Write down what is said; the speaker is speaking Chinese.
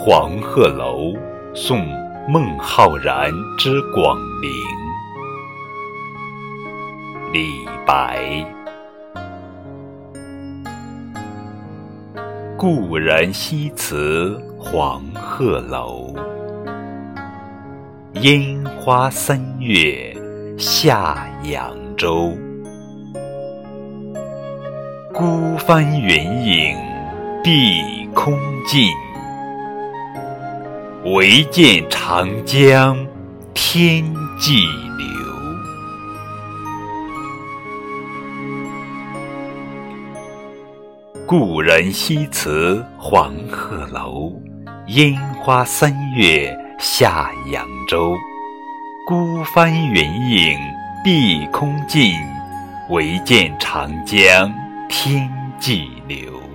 黄鹤楼送孟浩然之广陵。李白。故人西辞黄鹤楼，烟花三月下扬州。孤帆远影碧空尽，唯见长江天际流。故人西辞黄鹤楼，烟花三月下扬州。孤帆远影碧空尽，唯见长江天际流。